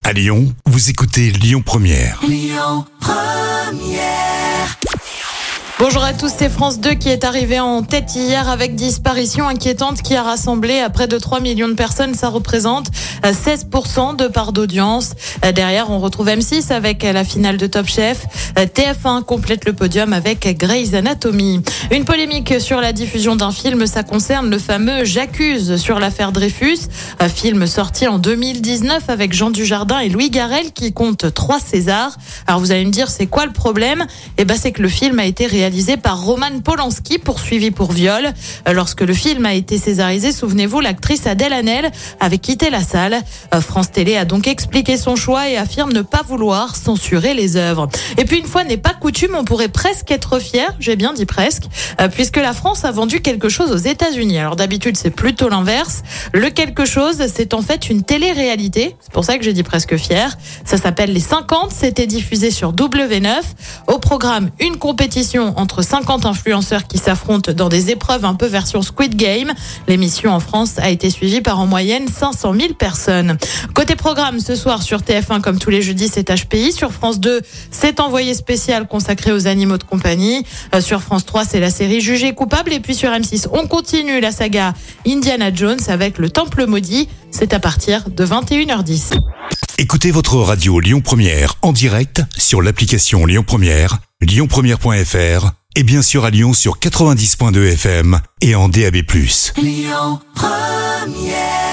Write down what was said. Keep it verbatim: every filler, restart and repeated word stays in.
À Lyon, vous écoutez Lyon Première. Lyon Première. Bonjour à tous, c'est France deux qui est arrivé en tête hier avec disparition inquiétante qui a rassemblé à près de trois millions de personnes. Ça représente seize pour cent de part d'audience. Derrière, on retrouve M six avec la finale de Top Chef. T F un complète le podium avec Grey's Anatomy. Une polémique sur la diffusion d'un film, ça concerne le fameux J'accuse sur l'affaire Dreyfus. Un film sorti en deux mille dix-neuf avec Jean Dujardin et Louis Garrel qui compte trois Césars. Alors vous allez me dire, c'est quoi le problème ? Eh ben, c'est que le film a été réalisé par Roman Polanski, poursuivi pour viol. Lorsque le film a été césarisé, souvenez-vous, l'actrice Adèle Haenel avait quitté la salle. France Télé a donc expliqué son choix et affirme ne pas vouloir censurer les œuvres. Et puis une fois n'est pas coutume, on pourrait presque être fier, j'ai bien dit presque, puisque la France a vendu quelque chose aux États-Unis. Alors d'habitude, c'est plutôt l'inverse. Le quelque chose, c'est en fait une télé-réalité. C'est pour ça que j'ai dit presque fier. Ça s'appelle Les cinquante, c'était diffusé sur W neuf. Au programme, une compétition entre cinquante influenceurs qui s'affrontent dans des épreuves un peu version Squid Game. L'émission en France a été suivie par en moyenne cinq cent mille personnes. Côté programme, ce soir sur T F un, comme tous les jeudis, c'est H P I. Sur France deux, c'est Envoyé spécial consacré aux animaux de compagnie. Euh, sur France trois, c'est la série Jugé coupable. Et puis sur M six, on continue la saga Indiana Jones avec le Temple maudit. C'est à partir de vingt et une heures dix. Écoutez votre radio Lyon Première en direct sur l'application Lyon Première, lyon première point f r et bien sûr à Lyon sur quatre-vingt-dix virgule deux F M et en D A B plus. Lyon Première.